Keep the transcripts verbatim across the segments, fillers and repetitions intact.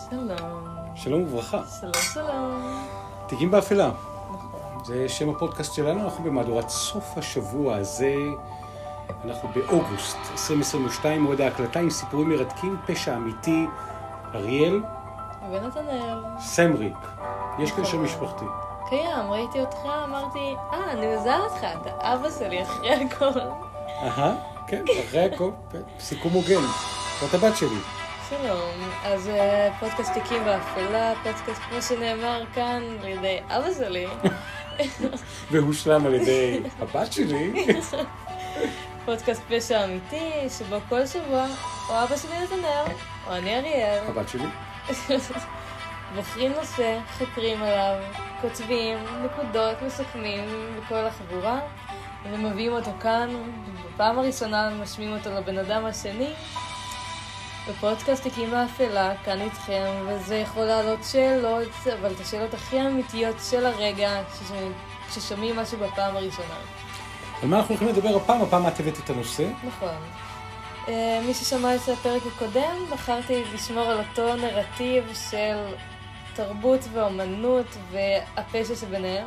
שלום. שלום וברכה. שלום, שלום. תיקים באפלה. נכון. זה שם הפודקאסט שלנו, אנחנו במהדורת סוף השבוע הזה, אנחנו באוגוסט עשרים עשרים ושתיים, מועד ההקלטה עם סיפורים מרתקים, פשע אמיתי, אריאל. ונתנאל. סמריק. יש כאן נכון. שם משפחתי. קיים, ראיתי אותך, אמרתי, אה, אני מזהה אותך, אתה אבא שלי אחרי הכל. אהה, כן, אחרי הכל, כן, סיכום הוגן. זאת הבת שלי. שלום, אז אה, פודקאסט תיקים באפלה, פודקאסט כמו שנאמר כאן על ידי אבא שלי. והושלם על ידי הבת שלי. פודקאסט פשע אמיתי, שבו כל שבוע, או אבא שלי נתנאל, או אני אריאל. הבת שלי. בוחרים נושא, חוקרים עליו, כותבים, נקודות, מסכמים בכל החבורה, ומביאים אותו כאן, בפעם הראשונה משמיעים אותו לבן אדם השני, בפודקאסט תיקים באפלה, כאן איתכם, וזה יכול לעלות שאלות, אבל את השאלות הכי אמיתיות של הרגע, כששומעים משהו בפעם הראשונה. על מה אנחנו הולכים לדבר הפעם? הפעם את הבאת את הנושא? נכון. מי ששמע את הפרק הקודם, בחרתי לשמור על אותו נרטיב של תרבות ואומנות והפשע שביניהם.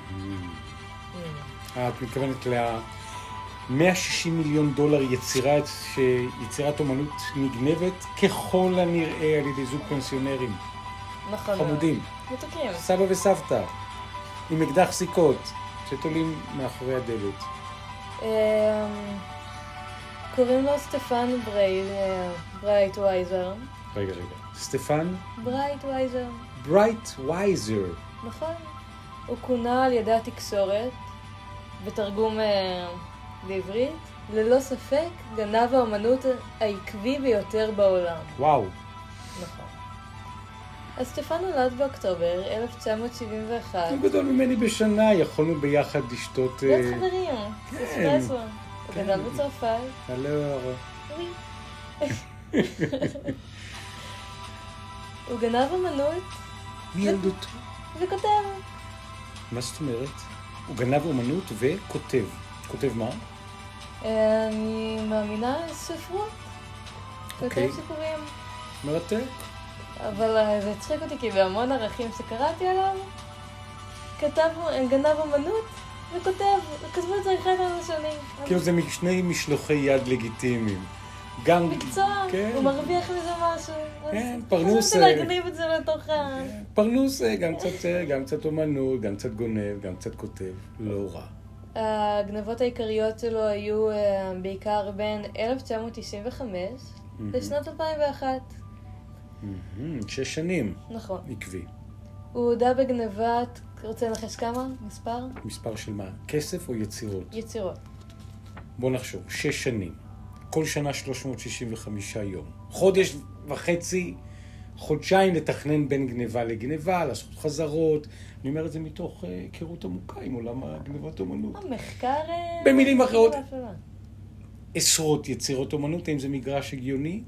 את מתכוונת ל-מאה ושישים מיליון דולר יצירת, שיצירת אומנות נגנבת ככל הנראה על ידי זוג פנסיונרים. נכון. חמודים. מתוקים. סבא וסבתא, עם אקדח סיכות, שתולים מאחורי הדלת. קוראים לו סטפן ברייט וייזר. רגע, רגע. סטפן? ברייט וייזר. ברייט וייזר. נכון. הוא כונה על ידי התקשורת, בתרגום אה, לעברית, ללא ספק גנב האומנות העקבי ביותר בעולם. וואו. נכון. אז סטפן נולד באוקטובר אלף תשע מאות שבעים ואחת. הוא גדול ממני בשנה, יכולנו ביחד לשתות... להיות חברים. כן. אספרסו. הוא גדל בצרפת. הלו. וואי. הוא גנב אומנות. מילדות. וכותב. מה זאת אומרת? הוא גנב אומנות וכותב. כותב מה? אני מאמינה ספרות. אוקיי. כותב סיפורים. מרתק. אבל זה הצחיק אותי כי בהמון ערכים שקראתי עליו, כתב, גנב אומנות וכותב, וכתבו את זה אחד על השני. כאילו זה שני משלוחי יד לגיטימיים. גם... מקצוע, כן. הוא מרוויח מזה משהו. כן, פרנוס... חשבתי להגניב את זה לתוך ה... פרנוס, גם קצת, גם קצת אומנות, גם קצת גונב, גם קצת כותב. לא רע. הגנבות העיקריות שלו היו בעיקר בין אלף תשע מאות תשעים וחמש לשנת אלפיים ואחת. שש שנים. נכון. עקבי. הוא הודע בגנבת, רוצה לנחש כמה? מספר? מספר של מה? כסף או יצירות? יצירות. בוא נחשוב, שש שנים. כל שנה שלוש מאות שישים וחמישה יום. חודש וחצי, חודשיים לתכנן בין גניבה לגניבה, לעשות חזרות. אני אומר את זה מתוך היכרות עמוקה עם עולם הגניבת אומנות. המחקר... במילים אחרות, עשרות יצירות אומנות, האם זה מגרש הגיוני?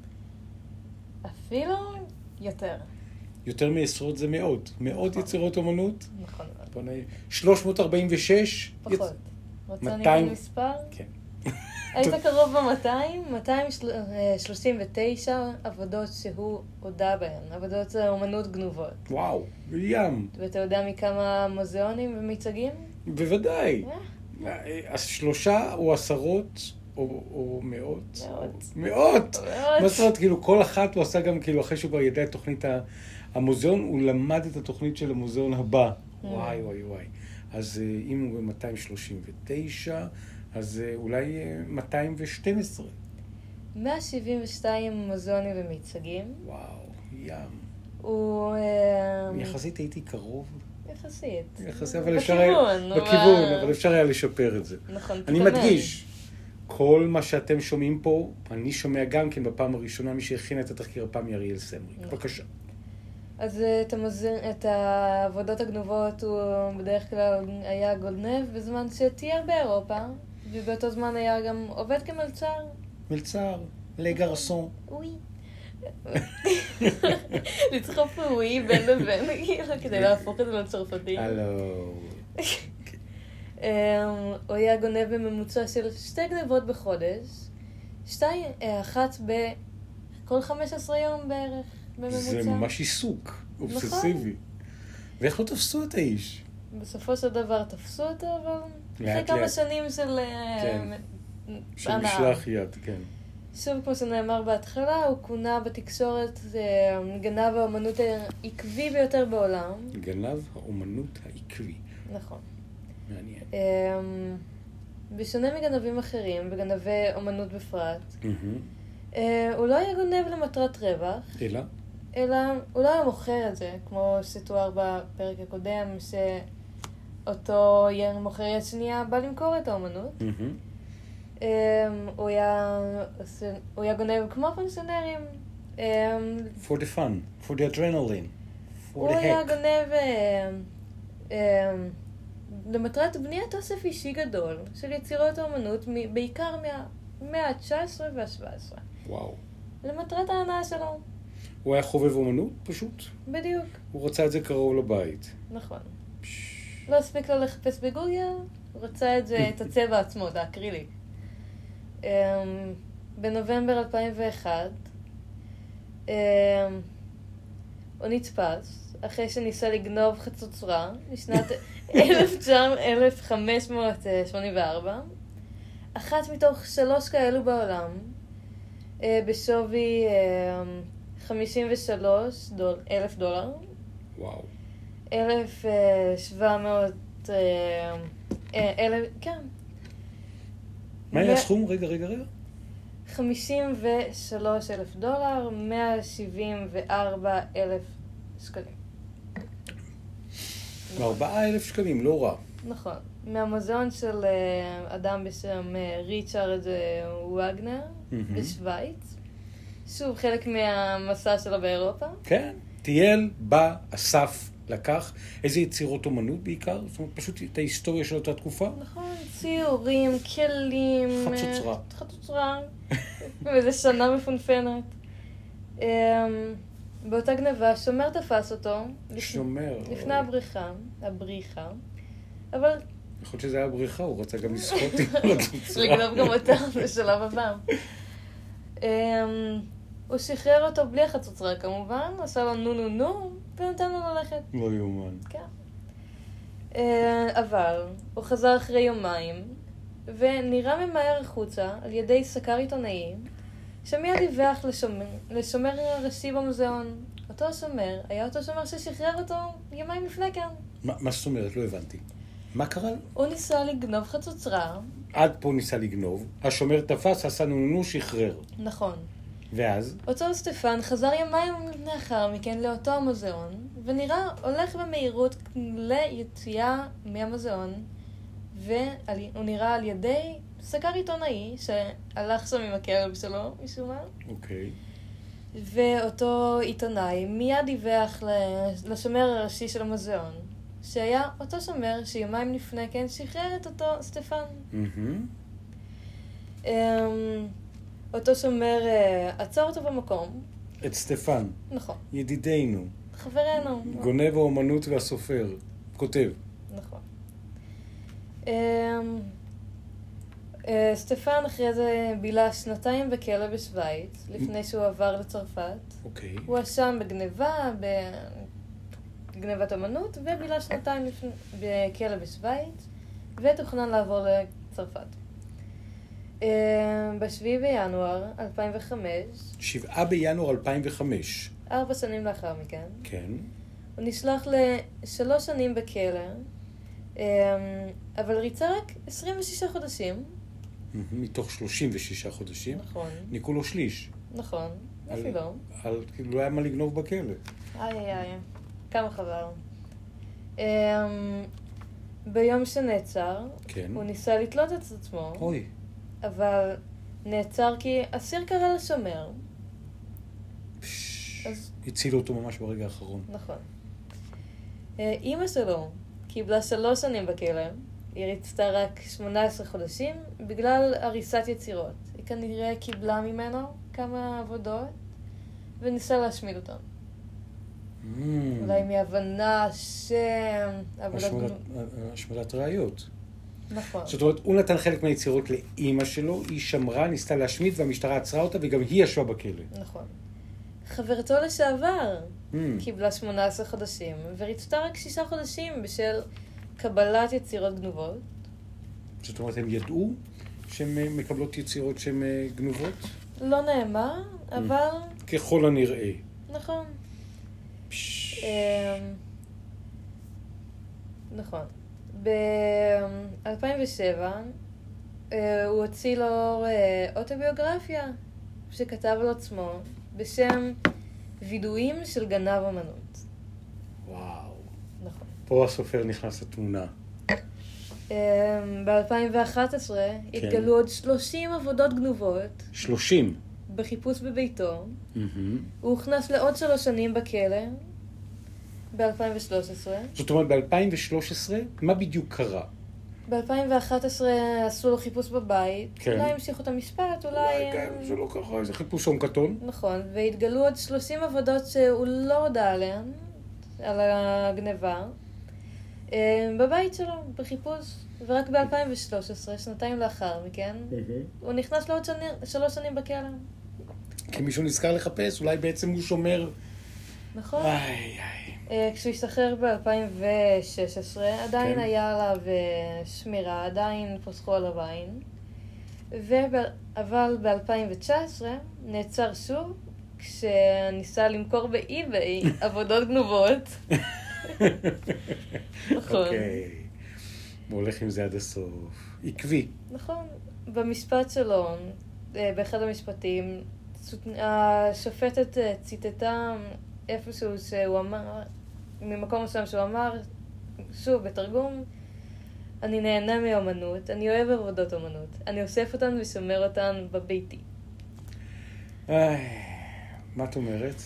אפילו יותר. יותר מעשרות זה מאות. מאות נכון. יצירות אומנות? נכון. שלוש מאות ארבעים ושש? פחות. יצ... רוצה מאתיים... נגיד מספר? כן. היית קרוב ב-מאתיים, מאתיים שלושים ותשע עבודות שהוא הודע בהן, עבודות אומנות גנובות. וואו, ים. ואתה יודע מכמה מוזיאונים ומיצגים? בוודאי. אז שלושה או עשרות או, או מאות? מאות. מאות! מה זאת אומרת, כאילו כל אחת הוא עשה גם, כאילו אחרי שהוא כבר ידע את תוכנית המוזיאון, הוא למד את התוכנית של המוזיאון הבא. וואי וואי וואי. אז אם הוא ב-מאתיים שלושים ותשע, אז אולי מאתיים ושתים עשרה. מאה שבעים ושתיים מוזיאונים ומיצגים. וואו, ים. הוא... יחסית הייתי קרוב. יחסית. יחסית, אבל אפשר היה... בכיוון. בכיוון, אבל אפשר היה לשפר את זה. נכון, אני תתאמן. מדגיש, כל מה שאתם שומעים פה, אני שומע גם כן בפעם הראשונה, מי שהכין את התחקיר הפעם היא אריאל סמריק. בבקשה. אז את, המוז... את העבודות הגנובות הוא בדרך כלל היה גולנב בזמן שתיאר באירופה, ובאותו זמן היה גם עובד כמלצר. מלצר, לגרסון. אוי. לצחוף אוי בין לבין, כדי להפוך את זה לצרפתי. הלו. הוא היה גונב בממוצע של שתי גנבות בחודש, שתיים, אחת בכל חמישה עשר יום בערך. בממוצע. זה ממש עיסוק, אובססיבי. ואיך לא תפסו את האיש? בסופו של דבר תפסו אותו, אבל אחרי כמה שנים של... כן, של משלח יד, כן. שוב, כמו שנאמר בהתחלה, הוא כונה בתקשורת גנב האומנות העקבי ביותר בעולם. גנב האומנות העקבי. נכון. מעניין. בשונה מגנבים אחרים, וגנבי אומנות בפרט, הוא לא היה גונב למטרת רווח. אלא? אלא הוא לא היה מוכר את זה, כמו שתואר בפרק הקודם, שאותו מוכר יד שנייה בא למכור את האומנות. הוא היה גונב כמו פנסיונרים. For the fun, for the adrenaline, for the heck. הוא היה גונב למטרת בניית אוסף אישי גדול של יצירות האומנות, בעיקר מהמאה ה-תשע עשרה וה-שבע עשרה. וואו. למטרת ההנאה שלו. הוא היה חובב אומנות פשוט? בדיוק. הוא רצה את זה קרוב לבית. נכון. לא הספיק לו לחפש בגוגל, הוא רצה את זה, את הצבע עצמו, זה אקריליק. בנובמבר אלפיים ואחת הוא נתפס אחרי שניסה לגנוב חצוצרה משנת אלף חמש מאות שמונים וארבע, אחת מתוך שלוש כאלו בעולם, בשווי חמישים ושלוש אלף דולר. וואו. אלף שבע מאות... אלף... כן. מה היה הסכום? רגע, רגע, רגע. חמישים ושלוש אלף דולר, מאה שבעים וארבע אלף שקלים. ארבעה אלף שקלים, לא רע. נכון. מהמוזיאון של אדם בשם ריצ'רד וגנר בשוויץ. שוב, חלק מהמסע שלו באירופה. כן. טייל, בא, אסף, לקח. איזה יצירות אומנות בעיקר? זאת אומרת, פשוט את ההיסטוריה של אותה תקופה? נכון, ציורים, כלים. חצוצרה. חצוצרה. וזה שנה מפונפנת. באותה גנבה, שומר תפס אותו. שומר. לפני הבריחה. הבריחה. אבל... יכול שזה היה בריחה, הוא רצה גם לשחות עם החצוצרה. לגנוב גם אותה בשלב הבא. הוא שחרר אותו בלי החצוצרה כמובן, עשה לו נו נו נו, ונתן לו ללכת. לא יומן. כן. אבל הוא חזר אחרי יומיים, ונראה ממהר החוצה על ידי סקר עיתונאי, שמיד דיווח לשומר, לשומר הראשי במוזיאון. אותו שומר היה אותו שומר ששחרר אותו יומיים לפני כן. מה, מה זאת אומרת? לא הבנתי. מה קרה? הוא ניסה לגנוב חצוצרה. עד פה ניסה לגנוב, השומר תפס, עשה נו נו, שחרר. נכון. ואז? אותו סטפן חזר ימיים לאחר מכן לאותו המוזיאון, ונראה הולך במהירות ליציאה מהמוזיאון, והוא נראה על ידי סקר עיתונאי שהלך שם עם הכלב שלו, משום מה. אוקיי. ואותו עיתונאי מיד דיווח לשומר הראשי של המוזיאון, שהיה אותו שומר שיומיים לפני כן שחרר את אותו סטפן. Mm-hmm. אותו שומר עצר אותו במקום. את סטפן. נכון. ידידנו. חברנו. גונב האומנות והסופר. כותב. נכון. סטפן אחרי זה בילה שנתיים בכלא בשוויץ, לפני שהוא עבר לצרפת. אוקיי. הוא אשם בגניבה, בגניבת אמנות, ובילה שנתיים בכלא בשוויץ, ותוכנן לעבור לצרפת. בשביעי בינואר אלפיים וחמש. שבעה בינואר אלפיים וחמש. ארבע שנים לאחר מכן. כן. הוא נשלח לשלוש שנים בכלא, אבל ריצה רק עשרים ושישה חודשים. מתוך שלושים ושישה חודשים. נכון. ניקו לו שליש. נכון, אפילו. על, כאילו לא היה מה לגנוב בכלא. איי איי איי, כמה חבר. ביום שנעצר, כן. הוא ניסה לתלות את עצמו. אוי. אבל נעצר כי אסיר קרא לשומר. אז... הצילו אותו ממש ברגע האחרון. נכון. אמא שלו קיבלה שלוש שנים בכלא. היא ריצתה רק שמונה עשרה חודשים בגלל הריסת יצירות. היא כנראה קיבלה ממנו כמה עבודות וניסה להשמיד אותם. Mm. אולי מהבנה ש... השמדת ראיות. נכון. זאת אומרת, הוא נתן חלק מהיצירות לאמא שלו, היא שמרה, ניסתה להשמיד והמשטרה עצרה אותה וגם היא ישבה בכלא. נכון. חברתו לשעבר mm. קיבלה שמונה עשרה חודשים, וריצתה רק שישה חודשים בשל קבלת יצירות גנובות. זאת אומרת, הם ידעו שהן מקבלות יצירות שהן גנובות? לא נאמר, mm. אבל... ככל הנראה. נכון. פש... נכון. ב-אלפיים ושבע הוא הוציא לו אוטוביוגרפיה שכתב על עצמו בשם וידויים של גנב אמנות. וואו. נכון. פה הסופר נכנס לתמונה. ב-אלפיים ואחת עשרה התגלו עוד שלושים עבודות גנובות. שלושים? בחיפוש בביתו. הוא הוכנס לעוד שלוש שנים בכלא. ב-אלפיים ושלוש עשרה. זאת אומרת, ב-אלפיים ושלוש עשרה, מה בדיוק קרה? ב-אלפיים ואחת עשרה עשו לו חיפוש בבית. כן. אולי המשיכו את המשפט, אולי... אולי כן, זה לא ככה, זה חיפוש הון קטון. נכון, והתגלו עוד שלושים עבודות שהוא לא הודע עליהן, על הגניבה, בבית שלו, בחיפוש. ורק ב-אלפיים ושלוש עשרה, שנתיים לאחר מכן, הוא נכנס לעוד שני, שלוש שנים בכלא. כי מישהו נזכר לחפש, אולי בעצם הוא שומר... נכון. איי, איי. כשהוא השתחרר ב-אלפיים ושש עשרה, עדיין כן. היה עליו שמירה, עדיין פוסחו עליו עין. וב... אבל ב-אלפיים ותשע עשרה נעצר שוב, כשניסה למכור באי-ביי עבודות גנובות. נכון. אוקיי. הוא הולך עם זה עד הסוף. עקבי. נכון. במשפט שלו, באחד המשפטים, השופטת ציטטה איפשהו שהוא אמר, ממקום מסוים שהוא אמר, שוב, בתרגום, אני נהנה מאומנות, אני אוהב עבודות אומנות, אני אוסף אותן ושומר אותן בביתי. איי, מה את אומרת?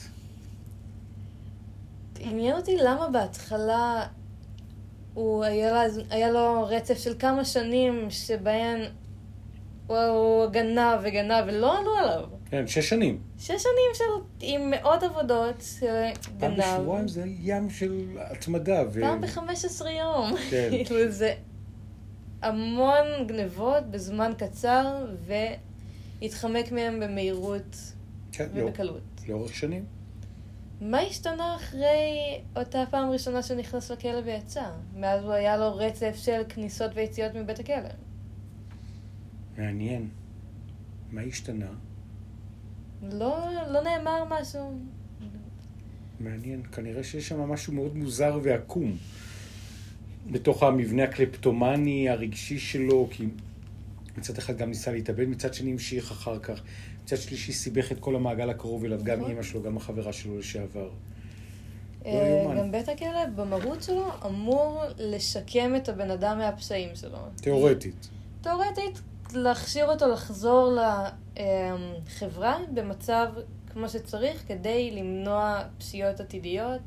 עניין אותי למה בהתחלה הוא היה, לה, היה לו רצף של כמה שנים שבהן הוא גנב וגנב ולא עלו עליו. כן, שש שנים. שש שנים של, עם מאות עבודות של פעם גנב. פעם בשבועיים זה ים של התמדה. ו... פעם ב-חמישה עשר יום. כן. כאילו זה המון גנבות בזמן קצר, והתחמק מהם במהירות כן, ובקלות. לאורך שנים. מה השתנה אחרי אותה פעם ראשונה שנכנס לכלא ויצא? מאז הוא היה לו רצף של כניסות ויציאות מבית הכלא. מעניין. מה השתנה? לא, לא נאמר משהו. מעניין. כנראה שיש שם משהו מאוד מוזר ועקום. בתוך המבנה הקלפטומני, הרגשי שלו, כי מצד אחד גם ניסה להתאבד, מצד שני המשיך אחר כך. מצד שלישי סיבך את כל המעגל הקרוב אליו, גם אמא שלו, גם החברה שלו לשעבר. גם בית הכלא, במהות שלו, אמור לשקם את הבן אדם מהפשעים שלו. תיאורטית. תיאורטית, להכשיר אותו לחזור לחברה במצב כמו שצריך, כדי למנוע פשיעות עתידיות.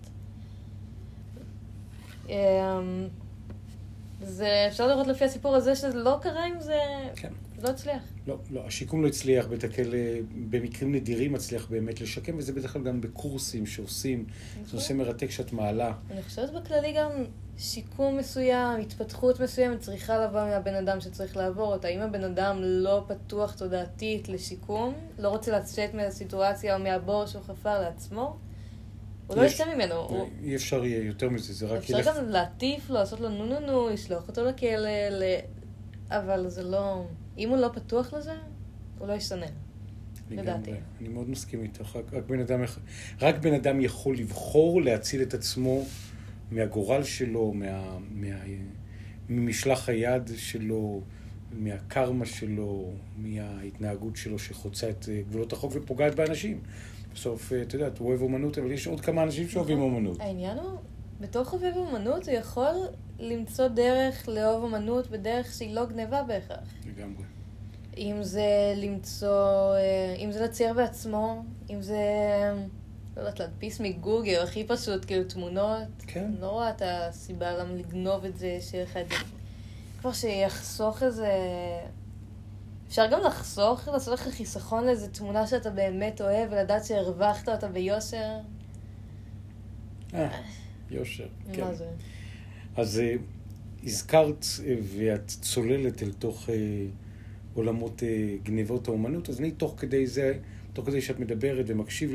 זה אפשר לראות לפי הסיפור הזה שזה לא קרה עם זה, כן. לא הצליח. לא, לא, השיקום לא הצליח, בית הכלא במקרים נדירים מצליח באמת לשקם, וזה בדרך כלל גם בקורסים שעושים, זה עושה מרתק שאת מעלה. אני חושבת בכללי גם שיקום מסוים, התפתחות מסוימת צריכה לבוא מהבן אדם שצריך לעבור אותה. אם הבן אדם לא פתוח תודעתית לשיקום, לא רוצה לצאת מהסיטואציה או מהבור שהוא חפר לעצמו, הוא לא יצא ממנו. אי אפשר יהיה יותר מזה, זה רק... אפשר גם להטיף לו, לעשות לו נו נו נו, לשלוח אותו לכלא, אבל זה לא... אם הוא לא פתוח לזה, הוא לא ישתנה. לדעתי. אני מאוד מסכים איתך. רק בן אדם, רק בן אדם יכול לבחור להציל את עצמו מהגורל שלו, מה, מה, ממשלח היד שלו, מהקרמה שלו, מההתנהגות שלו שחוצה את גבולות החוק ופוגעת באנשים. בסוף, אתה יודע, הוא אוהב אומנות, אבל יש עוד כמה אנשים שאוהבים אומנות. העניין הוא, בתור חובב אומנות, הוא יכול למצוא דרך לאהוב אומנות בדרך שהיא לא גניבה בהכרח. לגמרי. אם זה למצוא, אם זה לצייר בעצמו, אם זה, לא יודעת, להדפיס מגוגל, הכי פשוט, כאילו תמונות. כן. לא רואה את הסיבה למה לגנוב את זה, שיהיה לך את זה. כבר שיחסוך איזה... אפשר גם לחסוך, לעשות לך חיסכון לאיזו תמונה שאתה באמת אוהב, ולדעת שהרווחת אותה ביושר. אה, יושר, כן. מה זה? אז הזכרת ואת צוללת אל תוך עולמות גניבות האומנות, אז אני תוך כדי זה, תוך כדי שאת מדברת ומקשיב לך,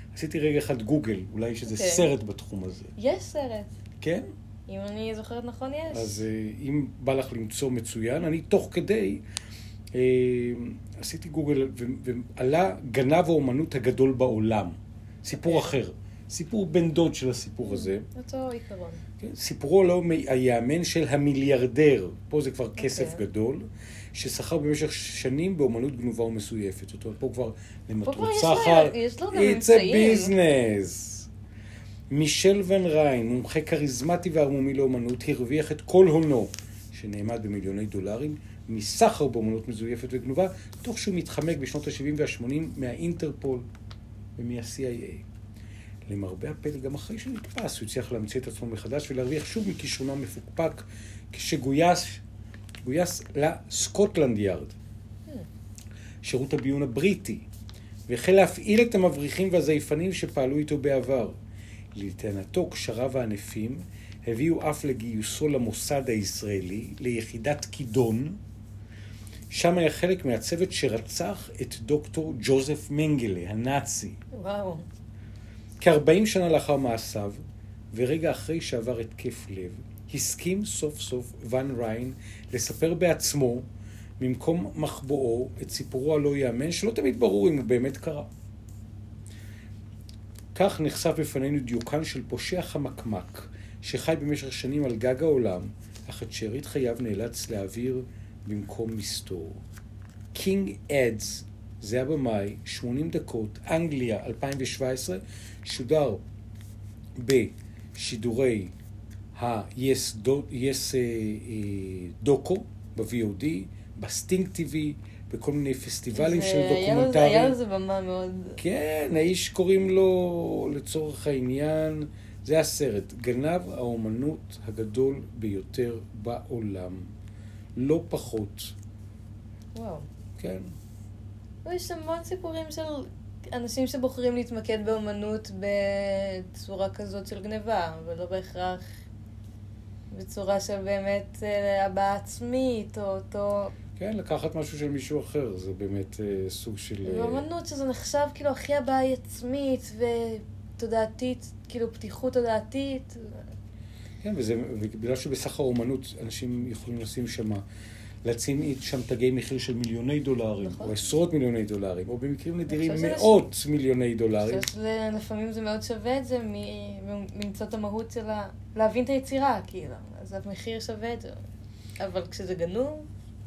עשיתי רגע אחד גוגל, אולי יש איזה okay. סרט בתחום הזה. יש סרט. כן? אם אני זוכרת נכון, יש. אז אם בא לך למצוא מצוין, אני תוך כדי אה, עשיתי גוגל ועלה גנב האומנות הגדול בעולם. סיפור okay. אחר. סיפור בן דוד של הסיפור הזה. אותו עיקרון. כן? סיפורו לא היאמן של המיליארדר, פה זה כבר כסף okay. גדול, ששכר במשך שנים באומנות גנובה ומסויפת. זאת אומרת, פה כבר למטרות סחר. יש לו גם It's a business. מישל ון ריין, מומחה קריזמטי והרמומי לאומנות, הרוויח את כל הונו, שנאמד במיליוני דולרים, מסחר באומנות מזויפת וגנובה, תוך שהוא מתחמק בשנות ה-שבעים וה-שמונים מהאינטרפול ומה-סי איי איי. למרבה הפלא, גם אחרי שנתפס, הוא הצליח להמציא את עצמו מחדש ולהרוויח שוב מכישרונו מפוקפק, כשגויס גויס לסקוטלנד יארד, שירות הביון הבריטי, והחל להפעיל את המבריחים והזייפנים שפעלו איתו בעבר. לטענתו, קשריו הענפים הביאו אף לגיוסו למוסד הישראלי, ליחידת כידון, שם היה חלק מהצוות שרצח את דוקטור ג'וזף מנגלה, הנאצי. וואו. כ-ארבעים שנה לאחר מעשיו, ורגע אחרי שעבר התקף לב, הסכים סוף סוף ון ריין לספר בעצמו, ממקום מחבואו, את סיפורו הלא יאמן, שלא תמיד ברור אם הוא באמת קרה. כך נחשף בפנינו דיוקן של פושע חמקמק, שחי במשך שנים על גג העולם, אך את שארית חייו נאלץ להעביר במקום מסתור. קינג אדס, זה הבמאי, שמונים דקות, אנגליה, אלפיים שבע עשרה, שודר בשידורי ה-Yes דוקו, ב-וי או די, בסטינג טיווי, בכל מיני פסטיבלים של דוקומנטרים. היה לזה במה מאוד... כן, האיש קוראים לו לצורך העניין, זה הסרט, גנב האומנות הגדול ביותר בעולם. לא פחות. וואו. כן. יש המון סיפורים של אנשים שבוחרים להתמקד באומנות בצורה כזאת של גניבה, ולא בהכרח בצורה של באמת הבעה עצמית, או אותו... כן, לקחת משהו של מישהו אחר, זה באמת uh, סוג של... באומנות שזה נחשב כאילו הכי הבעה עצמית ותודעתית, כאילו פתיחות תודעתית. כן, וזה, ובגלל שבסחר האומנות אנשים יכולים לשים שם, להציג שם תגי מחיר של מיליוני דולרים, נכון. או עשרות מיליוני דולרים, או במקרים נדירים מאות ש... מיליוני דולרים. אני חושב שלפעמים זה מאוד שווה את זה ממצוא את המהות של ה... להבין את היצירה, כאילו. אז המחיר שווה את זה. אבל כשזה גנוב...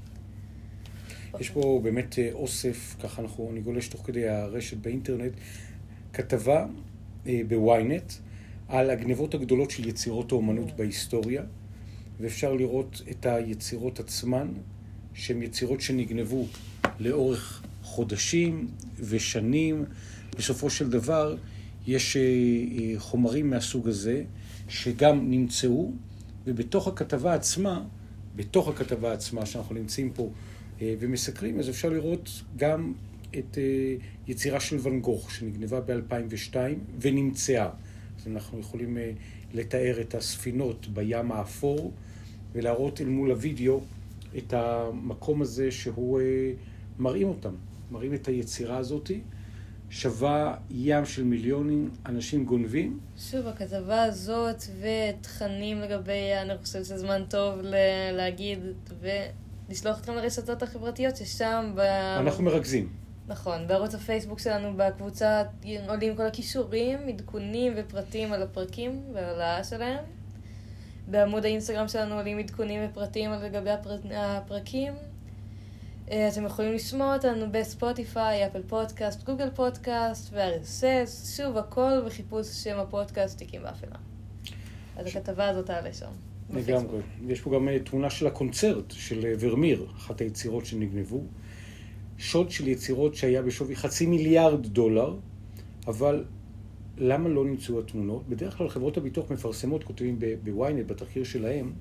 יש פה באמת אוסף, ככה אנחנו ניגולש תוך כדי הרשת באינטרנט, כתבה בוויינט על הגנבות הגדולות של יצירות האומנות בהיסטוריה, ואפשר לראות את היצירות עצמן, שהן יצירות שנגנבו לאורך חודשים ושנים. בסופו של דבר יש חומרים מהסוג הזה שגם נמצאו, ובתוך הכתבה עצמה, בתוך הכתבה עצמה שאנחנו נמצאים פה ומסקרים, אז אפשר לראות גם את יצירה של ון גוך שנגנבה ב-אלפיים ושתיים ונמצאה. אז אנחנו יכולים לתאר את הספינות בים האפור ולהראות אל מול הוידאו את המקום הזה שהוא מראים אותם, מראים את היצירה הזאת, שווה ים של מיליונים, אנשים גונבים. שוב, הכתבה הזאת ותכנים לגבי, אני חושבת שזמן טוב להגיד ולשלוח אתכם לרשתות החברתיות ששם... ב... אנחנו מרכזים. נכון, בערוץ הפייסבוק שלנו, בקבוצה עולים כל הכישורים, עדכונים ופרטים על הפרקים ועל העלה שלהם. בעמוד האינסטגרם שלנו עולים עדכונים ופרטים על לגבי הפר... הפרקים. אתם יכולים לשמוע אותנו בספוטיפיי, אפל פודקאסט, גוגל פודקאסט ו-אר אס אס, שוב הכל בחיפוש שם הפודקאסט תיקים באפלה. אז ש... הכתבה הזאת תעלה שם. לגמרי. יש פה גם תמונה של הקונצרט של ורמיר, אחת היצירות שנגנבו. שוד של יצירות שהיה בשווי חצי מיליארד דולר, אבל למה לא נמצאו התמונות? בדרך כלל חברות הביטוח מפרסמות, כותבים בוויינט, בתחקיר שלהם,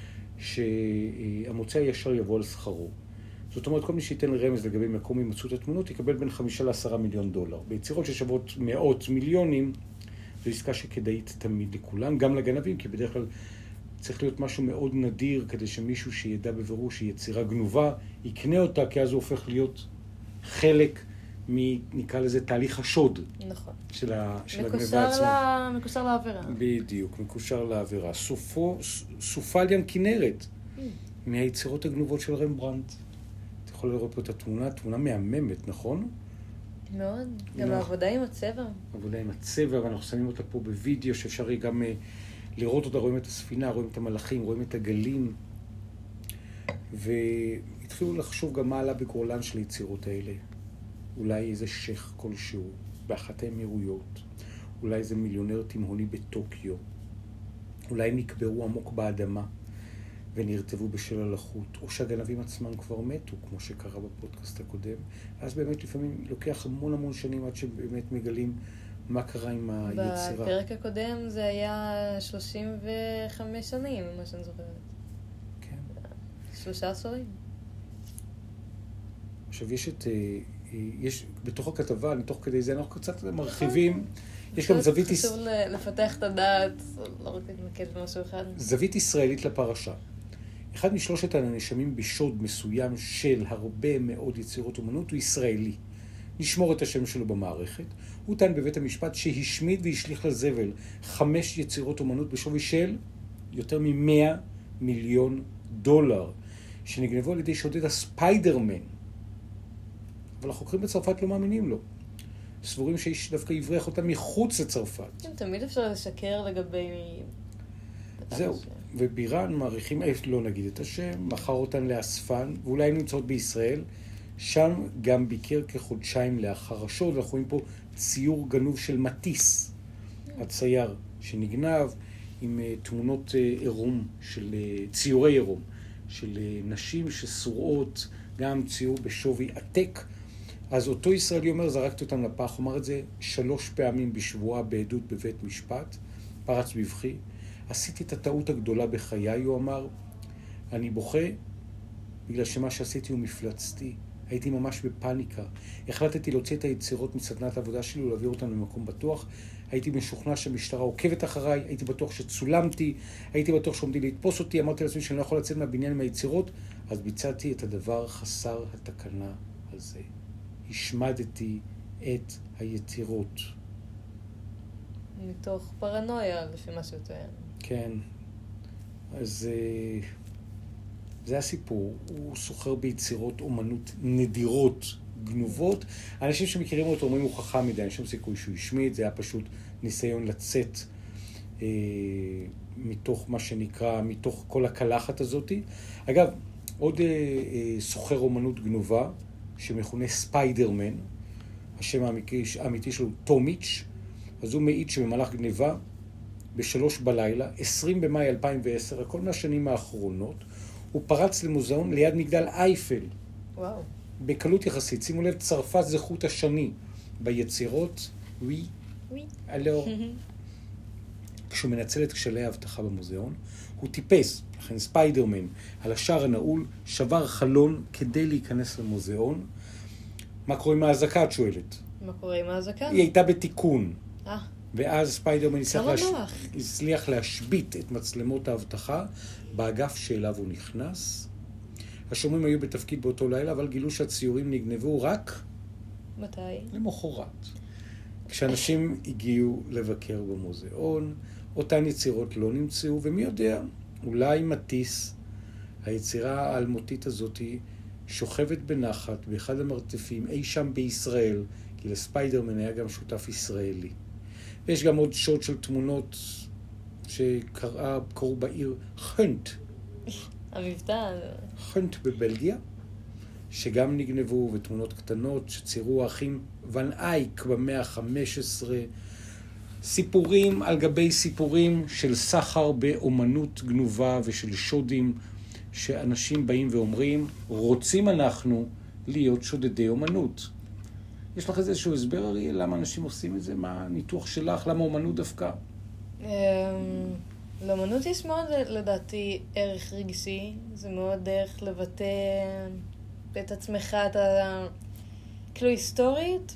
שהמוצא הישר יבוא על שכרו. זאת אומרת, כל מי שייתן רמז לגבי מקום הימצאות התמונות, יקבל בין חמישה לעשרה מיליון דולר. ביצירות ששוות מאות מיליונים, זו עסקה שכדאית תמיד לכולם, גם לגנבים, כי בדרך כלל צריך להיות משהו מאוד נדיר, כדי שמישהו שידע בבירור שהיא יצירה גנובה, יקנה אותה, כי אז הוא הופך להיות חלק נקרא לזה תהליך השוד. נכון. של, ה, של הגניבה עצמה. לה, מקושר לעבירה. בדיוק, מקושר לעבירה. סופו, סופל ים כנרת, mm. מהיצירות הגנובות של רמברנדט. אתה יכול לראות פה את התמונה, תמונה מהממת, נכון? מאוד, גם העבודה עם הצבע. העבודה עם הצבע, ואנחנו שמים אותה פה בווידאו, שאפשר גם לראות אותה, רואים את הספינה, רואים את המלאכים, רואים את הגלים. והתחילו לחשוב גם מה עלה בגורלן של היצירות האלה. אולי איזה שייך כלשהו באחת האמירויות, אולי איזה מיליונר תימהוני בטוקיו, אולי נקברו עמוק באדמה ונרטבו בשל הלחות, או שהגנבים עצמם כבר מתו, כמו שקרה בפודקאסט הקודם. אז באמת לפעמים לוקח המון המון שנים עד שבאמת מגלים מה קרה עם היצירה. בפרק הקודם זה היה שלושים וחמש שנים, מה שאני זוכרת. כן. שלושה עשורים. עכשיו יש את... יש בתוך הכתבה, מתוך כדי זה, אנחנו קצת מרחיבים. יש גם זווית... חשוב לפתח את הדעת, לא רק להתמקד במשהו אחד. זווית ישראלית לפרשה. אחד משלושת הנאשמים בשוד מסוים של הרבה מאוד יצירות אומנות הוא ישראלי. נשמור את השם שלו במערכת. הוא טען בבית המשפט שהשמיד והשליך לזבל חמש יצירות אומנות בשווי של יותר מ-מאה מיליון דולר, שנגנבו על ידי שודד הספיידרמן. אבל החוקרים בצרפת לא מאמינים לו. סבורים שאיש דווקא יבריח אותם מחוץ לצרפת. כן, תמיד אפשר לשקר לגבי... זהו. ובירן מעריכים, לא נגיד את השם, מכר אותן לאספן, ואולי נמצאות בישראל. שם גם ביקר כחודשיים לאחר השוד, ואנחנו רואים פה ציור גנוב של מטיס, הצייר שנגנב, עם תמונות עירום, של ציורי עירום, של נשים שסורות, גם ציור בשווי עתק. אז אותו ישראלי אומר, זרקתי אותם לפח, אומר את זה שלוש פעמים בשבועה בעדות בבית משפט, פרץ בבכי. עשיתי את הטעות הגדולה בחיי, הוא אמר, אני בוכה בגלל שמה שעשיתי הוא מפלצתי. הייתי ממש בפאניקה. החלטתי להוציא את היצירות מסדנת העבודה שלי ולהעביר אותן למקום בטוח. הייתי משוכנע שהמשטרה עוקבת אחריי, הייתי בטוח שצולמתי, הייתי בטוח שעומדים לתפוס אותי, אמרתי לעצמי שאני לא יכול לצאת מהבניין עם היצירות, אז ביצעתי את הדבר חסר התקנה הזה. השמדתי את היצירות. מתוך פרנויה, לפי מה שהוא טוען. כן. אז זה הסיפור. הוא סוחר ביצירות אומנות נדירות, גנובות. אנשים שמכירים אותו אומרים הוא חכם מדי, אין שום סיכוי שהוא השמיד, זה היה פשוט ניסיון לצאת אה, מתוך מה שנקרא, מתוך כל הקלחת הזאת. אגב, עוד אה, אה, סוחר אומנות גנובה, שמכונה ספיידרמן, השם האמיתי, האמיתי שלו טומיץ', אז הוא מעיד שבמהלך גניבה, בשלוש בלילה, עשרים במאי אלפיים ועשר, הכל מהשנים האחרונות, הוא פרץ למוזיאון ליד מגדל אייפל. וואו. בקלות יחסית, שימו לב, צרפת זה חוט השני ביצירות, ווי, ווי. אלו. כשהוא מנצל את כשלי האבטחה במוזיאון, הוא טיפס, לכן ספיידרמן, על השער הנעול, שבר חלון כדי להיכנס למוזיאון. מה קורה עם ההזקה, את שואלת? מה קורה עם ההזקה? היא הייתה בתיקון. אה. ואז ספיידרמן להש... הצליח להשבית את מצלמות האבטחה באגף שאליו הוא נכנס. השומרים היו בתפקיד באותו לילה, אבל גילו שהציורים נגנבו רק... מתי? למחרת. כשאנשים הגיעו לבקר במוזיאון, אותן יצירות לא נמצאו, ומי יודע, אולי מטיס, היצירה האלמותית הזאת, שוכבת בנחת באחד המרתפים אי שם בישראל, כי לספיידרמן היה גם שותף ישראלי. ויש גם עוד שוד של תמונות שקראו בעיר חנט. המבטא. חנט בבלגיה, שגם נגנבו, ותמונות קטנות שציירו האחים ון אייק במאה ה-חמש עשרה. סיפורים על גבי סיפורים של סחר באומנות גנובה ושל שודים, שאנשים באים ואומרים, רוצים אנחנו להיות שודדי אומנות. יש לך איזשהו הסבר, אריאל, למה אנשים עושים את זה? מה הניתוח שלך? למה אומנות דווקא? לאומנות יש מאוד, לדעתי, ערך רגשי. זה מאוד דרך לבטא את עצמך, את ה... כאילו היסטורית.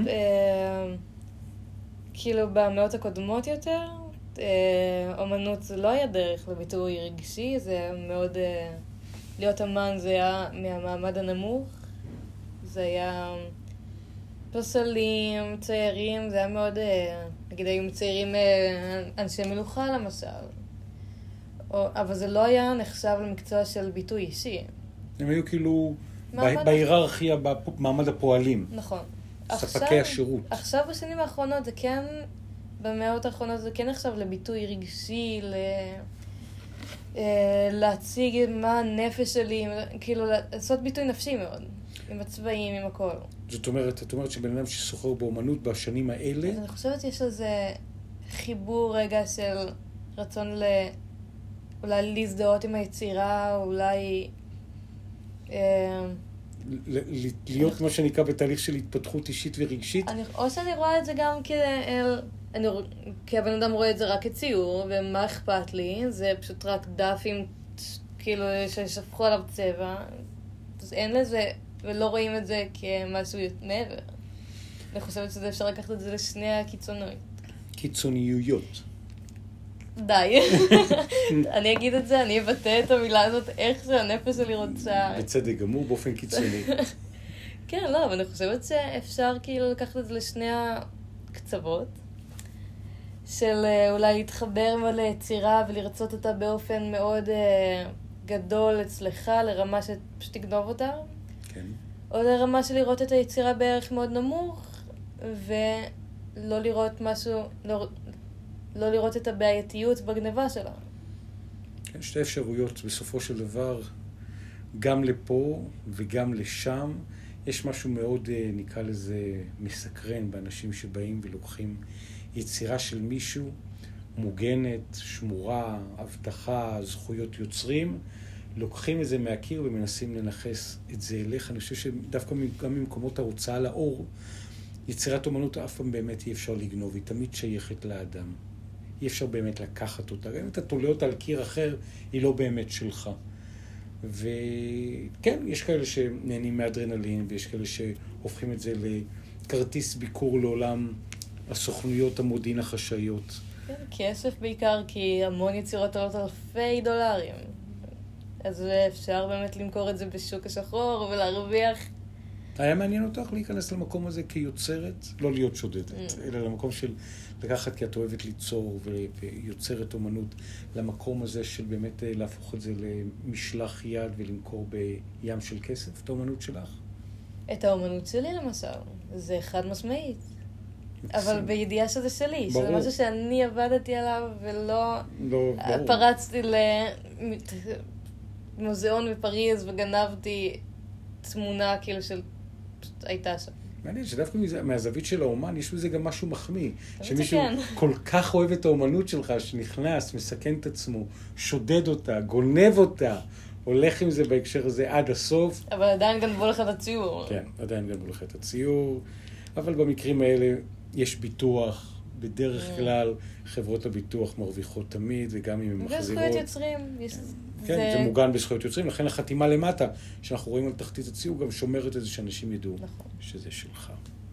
כאילו במאות הקודמות יותר, אומנות זה לא היה דרך לביטוי רגשי, זה מאוד... להיות אמן זה היה מהמעמד הנמוך. זה היה... פסלים, ציירים, זה היה מאוד, נגיד היו מציירים אנשי מלוכה למשל. או, אבל זה לא היה נחשב למקצוע של ביטוי אישי. הם היו כאילו בהיררכיה, במעמד הפועלים. נכון. ספקי השירות. עכשיו בשנים האחרונות זה כן, במאות האחרונות זה כן נחשב לביטוי רגשי, ל... להציג מה הנפש שלי, כאילו לעשות ביטוי נפשי מאוד, עם הצבעים, עם הכל. זאת אומרת, את אומרת שבן אדם שסוחר באומנות בשנים האלה... אז אני חושבת שיש לזה חיבור רגע של רצון ל... אולי להזדהות עם היצירה, אולי... להיות מה שנקרא בתהליך של התפתחות אישית ורגשית. או שאני רואה את זה גם כאל... כי הבן אדם רואה את זה רק כציור, ומה אכפת לי? זה פשוט רק דפים, כאילו, ששפכו עליו צבע. אז אין לזה, ולא רואים את זה כמשהו מעבר. אני חושבת שזה אפשר לקחת את זה לשני הקיצוניות. קיצוניויות. די. אני אגיד את זה, אני אבטא את המילה הזאת, איך שהנפש שלי רוצה. בצדק גמור, באופן קיצוני. כן, לא, אבל אני חושבת שאפשר כאילו לקחת את זה לשני הקצוות. של אולי להתחבר מאוד ליצירה ולרצות אותה באופן מאוד אה, גדול אצלך, לרמה שפשוט תגנוב אותה. כן. או לרמה של לראות את היצירה בערך מאוד נמוך, ולא לראות משהו, לא, לא לראות את הבעייתיות בגניבה שלה. כן, שתי אפשרויות בסופו של דבר, גם לפה וגם לשם. יש משהו מאוד, נקרא לזה, מסקרן באנשים שבאים ולוקחים יצירה של מישהו, מוגנת, שמורה, הבטחה, זכויות יוצרים, לוקחים את זה מהקיר ומנסים לנחס את זה אליך. אני חושב שדווקא גם ממקומות ההוצאה לאור, יצירת אומנות אף פעם באמת אי אפשר לגנוב, היא תמיד שייכת לאדם. אי אפשר באמת לקחת אותה. גם אם אתה תולה אותה על קיר אחר, היא לא באמת שלך. וכן, יש כאלה שנהנים מאדרנלין, ויש כאלה שהופכים את זה לכרטיס ביקור לעולם הסוכנויות המודיעין החשאיות. כן, כסף בעיקר, כי המון יצירות עולות אלפי דולרים. אז אפשר באמת למכור את זה בשוק השחור ולהרוויח. היה מעניין אותך להיכנס למקום הזה כיוצרת, לא להיות שודדת, mm. אלא למקום של לקחת, כי את אוהבת ליצור ויוצרת אומנות, למקום הזה של באמת להפוך את זה למשלח יד ולמכור בים של כסף, את האומנות שלך? את האומנות שלי למשל, זה חד משמעית. אבל בידיעה שזה שלי, ברור. שזה משהו שאני עבדתי עליו ולא לא, פרצתי למוזיאון בפריז וגנבתי תמונה כאילו של הייתה שם. מעניין שדווקא מהזווית של האומן יש בזה גם משהו מחמיא. שמישהו כל כך אוהב את האומנות שלך, שנכנס, מסכן את עצמו, שודד אותה, גונב אותה, הולך עם זה בהקשר הזה עד הסוף. אבל עדיין גנבו לך את הציור. כן, עדיין גנבו לך את הציור. אבל במקרים האלה יש ביטוח. בדרך כלל חברות הביטוח מרוויחות תמיד, וגם אם הם מחזירות. וזכויות יוצרים. כן, זה מוגן בזכויות יוצרים. לכן החתימה למטה, שאנחנו רואים על תחתית הציור, גם שומרת את זה שאנשים ידעו שזה שלך.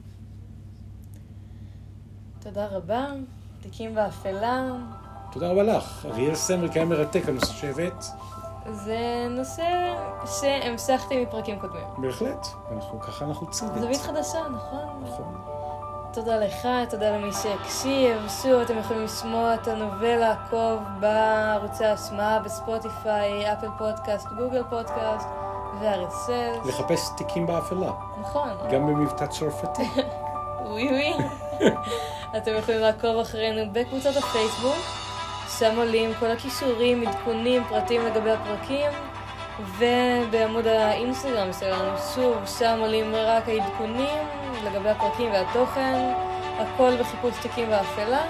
תודה רבה. תיקים באפלה. תודה רבה לך. אריאל סמריק היה מרתק, הנושא שהבאת. זה נושא שהמשכתי מפרקים קודמים. בהחלט. אנחנו, ככה אנחנו צוות. זווית חדשה, נכון? נכון. תודה לך, תודה למי שהקשיב. שוב, אתם יכולים לשמוע אותנו ולעקוב בערוצי ההשמעה בספוטיפיי, אפל פודקאסט, גוגל פודקאסט ו-אר אס אס. לחפש תיקים באפלה. נכון. גם במבטא צרפתי. ווי ווי. אתם יכולים לעקוב אחרינו בקבוצת הפייסבוק. שם עולים כל הכישורים, עדכונים, פרטים לגבי הפרקים. ובעמוד האינסטגרם שלנו, שוב, שם עולים רק העדכונים לגבי הפרקים והתוכן, הכל בחיפוש תיקים באפלה.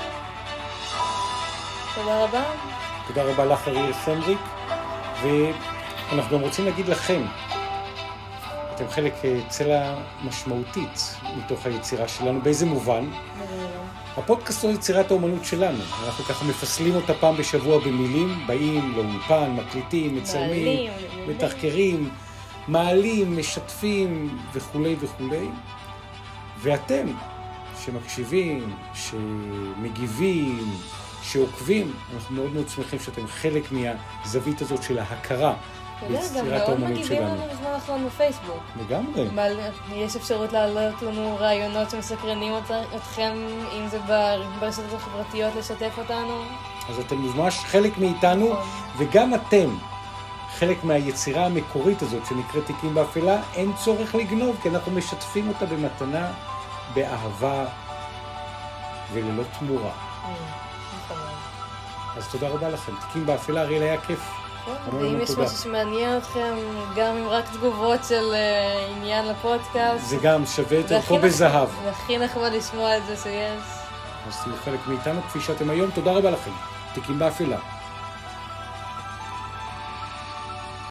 תודה רבה. תודה רבה לך, אריאל סמריק. ואנחנו גם רוצים להגיד לכם, אתם חלק צלע משמעותית מתוך היצירה שלנו. באיזה מובן? הפודקאסט הוא יצירת האומנות שלנו. אנחנו ככה מפסלים אותה פעם בשבוע במילים, באים לאולפן, מקליטים, מצלמים, מתחקרים, מעלים, משתפים וכו' וכו'. ואתם שמקשיבים, שמגיבים, שעוקבים, אנחנו מאוד מאוד שמחים שאתם חלק מהזווית הזאת של ההכרה ביצירת האומנות שלנו. גם מאוד מגיבים לנו בזמן האחרון בפייסבוק. לגמרי. יש אפשרות להעלות לנו רעיונות שמסקרנים אתכם, אם זה ברשתות החברתיות, לשתף אותנו. אז אתם ממש חלק מאיתנו, וגם אתם חלק מהיצירה המקורית הזאת שנקראת תיקים באפלה. אין צורך לגנוב, כי אנחנו משתפים אותה במתנה, באהבה וללא תמורה. אז תודה רבה לכם. תיקים באפלה, אריאל, היה כיף. ואם יש משהו שמעניין אתכם, גם עם רק תגובות של עניין לפודקאסט, זה גם שווה את ערכו בזהב. זה הכי נחמד לשמוע את זה שיש. אז תהיו חלק מאיתנו כפי שאתם היום. תודה רבה לכם. תיקים באפלה.